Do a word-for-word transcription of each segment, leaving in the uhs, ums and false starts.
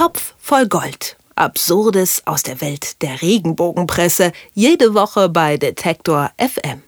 Topf voll Gold. Absurdes aus der Welt der Regenbogenpresse. Jede Woche bei Detektor F M.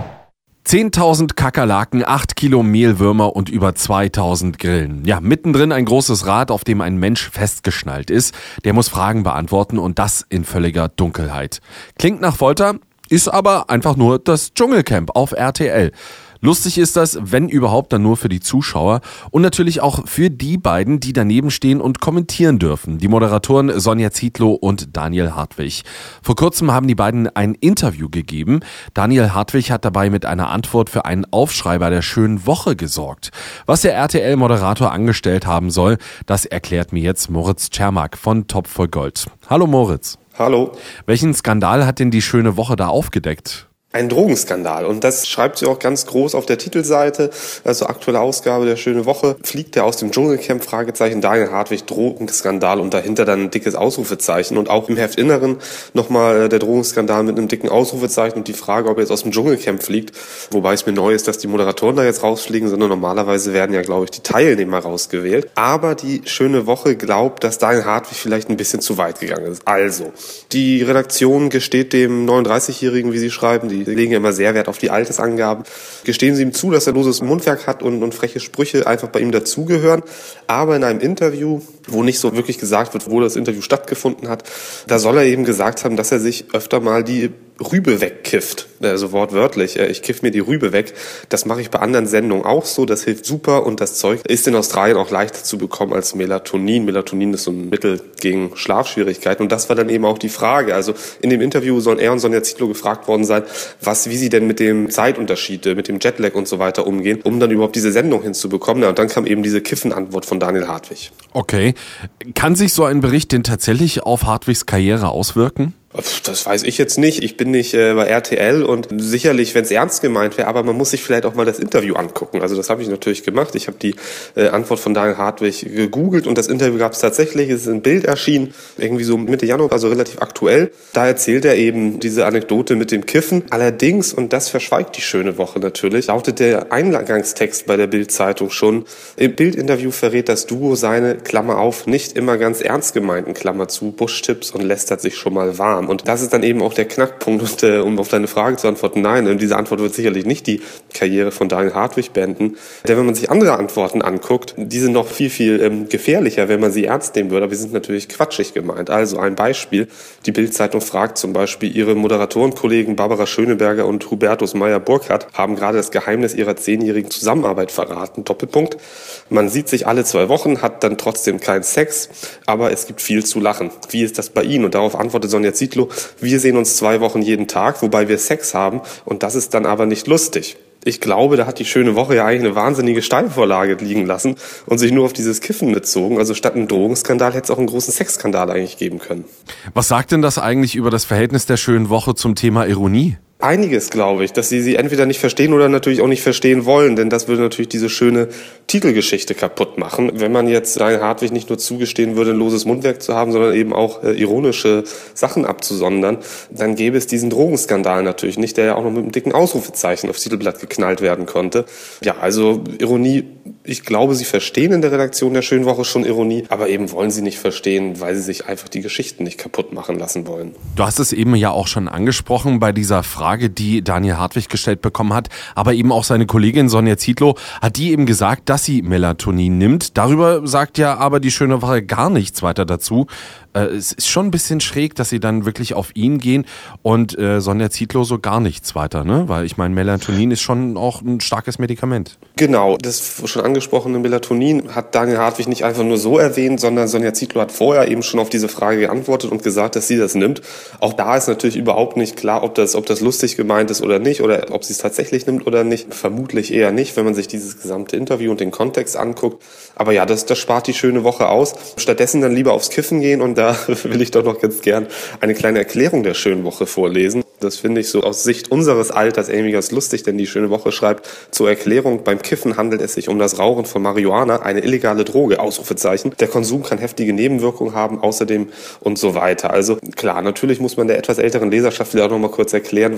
zehntausend Kakerlaken, acht Kilo Mehlwürmer und über zweitausend Grillen. Ja, mittendrin ein großes Rad, auf dem ein Mensch festgeschnallt ist. Der muss Fragen beantworten und das in völliger Dunkelheit. Klingt nach Folter, ist aber einfach nur das Dschungelcamp auf R T L. Lustig ist das, wenn überhaupt, dann nur für die Zuschauer und natürlich auch für die beiden, die daneben stehen und kommentieren dürfen. Die Moderatoren Sonja Zietlow und Daniel Hartwig. Vor kurzem haben die beiden ein Interview gegeben. Daniel Hartwig hat dabei mit einer Antwort für einen Aufschreiber der schönen Woche gesorgt. Was der R T L-Moderator angestellt haben soll, das erklärt mir jetzt Moritz Czermak von Topf voll Gold. Hallo Moritz. Hallo. Welchen Skandal hat denn die schöne Woche da aufgedeckt? Ein Drogenskandal. Und das schreibt sie auch ganz groß auf der Titelseite. Also aktuelle Ausgabe der Schöne Woche. Fliegt er aus dem Dschungelcamp? Fragezeichen. Daniel Hartwig, Drogenskandal. Und dahinter dann ein dickes Ausrufezeichen. Und auch im Heftinneren nochmal der Drogenskandal mit einem dicken Ausrufezeichen und die Frage, ob er jetzt aus dem Dschungelcamp fliegt. Wobei es mir neu ist, dass die Moderatoren da jetzt rausfliegen, sondern normalerweise werden ja, glaube ich, die Teilnehmer rausgewählt. Aber die Schöne Woche glaubt, dass Daniel Hartwig vielleicht ein bisschen zu weit gegangen ist. Also, die Redaktion gesteht dem neununddreißigjährigen, wie sie schreiben, die Sie legen ja immer sehr Wert auf die Altersangaben. Gestehen Sie ihm zu, dass er loses Mundwerk hat und, und freche Sprüche einfach bei ihm dazugehören. Aber in einem Interview, wo nicht so wirklich gesagt wird, wo das Interview stattgefunden hat, da soll er eben gesagt haben, dass er sich öfter mal die Rübe wegkifft, also wortwörtlich. Ich kiff mir die Rübe weg. Das mache ich bei anderen Sendungen auch so. Das hilft super und das Zeug ist in Australien auch leichter zu bekommen als Melatonin. Melatonin ist so ein Mittel gegen Schlafschwierigkeiten und das war dann eben auch die Frage. Also in dem Interview sollen er und Sonja Zietlow gefragt worden sein, was, wie sie denn mit dem Zeitunterschied, mit dem Jetlag und so weiter umgehen, um dann überhaupt diese Sendung hinzubekommen. Ja, und dann kam eben diese Kiffen-Antwort von Daniel Hartwig. Okay. Kann sich so ein Bericht denn tatsächlich auf Hartwigs Karriere auswirken? Das weiß ich jetzt nicht. Ich bin nicht äh, bei R T L und sicherlich, wenn es ernst gemeint wäre, aber man muss sich vielleicht auch mal das Interview angucken. Also das habe ich natürlich gemacht. Ich habe die äh, Antwort von Daniel Hartwig gegoogelt und das Interview gab es tatsächlich. Es ist ein Bild erschienen, irgendwie so Mitte Januar, also relativ aktuell. Da erzählt er eben diese Anekdote mit dem Kiffen. Allerdings, und das verschweigt die Schöne Woche natürlich, lautet der Eingangstext bei der Bild-Zeitung schon. Im Bildinterview verrät das Duo seine, Klammer auf, nicht immer ganz ernst gemeinten, Klammer zu, Buschtipps und lästert sich schon mal warm. Und das ist dann eben auch der Knackpunkt, und, äh, um auf deine Frage zu antworten, nein, diese Antwort wird sicherlich nicht die Karriere von Daniel Hartwig beenden. Denn wenn man sich andere Antworten anguckt, die sind noch viel, viel ähm, gefährlicher, wenn man sie ernst nehmen würde. Aber sie sind natürlich quatschig gemeint. Also ein Beispiel, die Bild-Zeitung fragt zum Beispiel, ihre Moderatorenkollegen Barbara Schöneberger und Hubertus Meyer-Burkhardt haben gerade das Geheimnis ihrer zehnjährigen Zusammenarbeit verraten. Doppelpunkt. Man sieht sich alle zwei Wochen, hat dann trotzdem keinen Sex, aber es gibt viel zu lachen. Wie ist das bei Ihnen? Und darauf antwortet Sonja Zietlow, wir sehen uns zwei Wochen jeden Tag, wobei wir Sex haben und das ist dann aber nicht lustig. Ich glaube, da hat die Schöne Woche ja eigentlich eine wahnsinnige Steilvorlage liegen lassen und sich nur auf dieses Kiffen bezogen. Also statt einem Drogenskandal hätte es auch einen großen Sexskandal eigentlich geben können. Was sagt denn das eigentlich über das Verhältnis der Schönen Woche zum Thema Ironie? Einiges, glaube ich, dass sie sie entweder nicht verstehen oder natürlich auch nicht verstehen wollen, denn das würde natürlich diese schöne Titelgeschichte kaputt machen. Wenn man jetzt Daniel Hartwig nicht nur zugestehen würde, ein loses Mundwerk zu haben, sondern eben auch äh, ironische Sachen abzusondern, dann gäbe es diesen Drogenskandal natürlich nicht, der ja auch noch mit einem dicken Ausrufezeichen aufs Titelblatt geknallt werden konnte. Ja, also Ironie, ich glaube, sie verstehen in der Redaktion der Schönen Woche schon Ironie, aber eben wollen sie nicht verstehen, weil sie sich einfach die Geschichten nicht kaputt machen lassen wollen. Du hast es eben ja auch schon angesprochen bei dieser Frage, die Daniel Hartwig gestellt bekommen hat, aber eben auch seine Kollegin Sonja Zietlow hat die eben gesagt, dass sie Melatonin nimmt. Darüber sagt ja aber die Schöne Woche gar nichts weiter dazu. Äh, es ist schon ein bisschen schräg, dass sie dann wirklich auf ihn gehen und äh, Sonja Zietlow so gar nichts weiter, ne? Weil ich meine, Melatonin ist schon auch ein starkes Medikament. Genau, das schon angesprochene Melatonin hat Daniel Hartwig nicht einfach nur so erwähnt, sondern Sonja Zietlow hat vorher eben schon auf diese Frage geantwortet und gesagt, dass sie das nimmt. Auch da ist natürlich überhaupt nicht klar, ob das, ob das lustig gemeint ist oder nicht oder ob sie es tatsächlich nimmt oder nicht. Vermutlich eher nicht, wenn man sich dieses gesamte Interview und den Kontext anguckt. Aber ja, das, das spart die Schöne Woche aus. Stattdessen dann lieber aufs Kiffen gehen und da will ich doch noch ganz gern eine kleine Erklärung der Schönen Woche vorlesen. Das finde ich so aus Sicht unseres Alters irgendwie ganz lustig, denn die Schöne Woche schreibt zur Erklärung, beim Kiffen handelt es sich um das Rauchen von Marihuana, eine illegale Droge, Ausrufezeichen. Der Konsum kann heftige Nebenwirkungen haben, außerdem und so weiter. Also klar, natürlich muss man der etwas älteren Leserschaft wieder auch noch mal kurz erklären,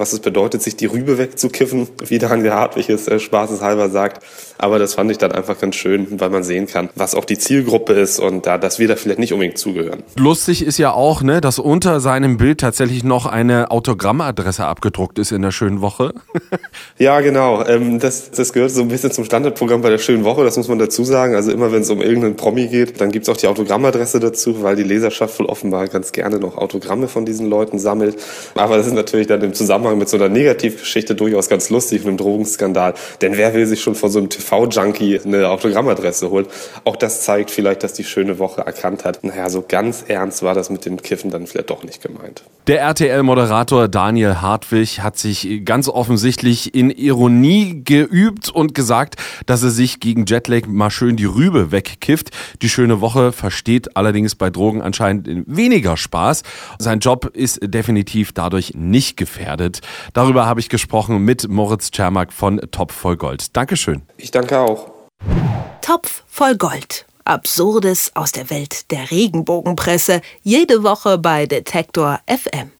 was es bedeutet, sich die Rübe wegzukiffen, wie Daniel Hartwig es äh, spaßeshalber sagt. Aber das fand ich dann einfach ganz schön, weil man sehen kann, was auch die Zielgruppe ist und da, dass wir da vielleicht nicht unbedingt zugehören. Lustig ist ja auch, ne, dass unter seinem Bild tatsächlich noch eine Autogrammadresse abgedruckt ist in der Schönen Woche. Ja, genau. Ähm, das, das gehört so ein bisschen zum Standardprogramm bei der Schönen Woche, das muss man dazu sagen. Also immer, wenn es um irgendeinen Promi geht, dann gibt's auch die Autogrammadresse dazu, weil die Leserschaft wohl offenbar ganz gerne noch Autogramme von diesen Leuten sammelt. Aber das ist natürlich dann im Zusammenhang mit so einer Negativgeschichte durchaus ganz lustig und einem Drogenskandal. Denn wer will sich schon von so einem T V-Junkie eine Autogrammadresse holen? Auch das zeigt vielleicht, dass die Schöne Woche erkannt hat. Naja, so ganz ernst war das mit dem Kiffen dann vielleicht doch nicht gemeint. Der R T L-Moderator Daniel Hartwig hat sich ganz offensichtlich in Ironie geübt und gesagt, dass er sich gegen Jetlag mal schön die Rübe wegkifft. Die Schöne Woche versteht allerdings bei Drogen anscheinend weniger Spaß. Sein Job ist definitiv dadurch nicht gefährdet. Darüber habe ich gesprochen mit Moritz Czermak von Topf voll Gold. Dankeschön. Ich danke auch. Topf voll Gold. Absurdes aus der Welt der Regenbogenpresse. Jede Woche bei Detektor F M.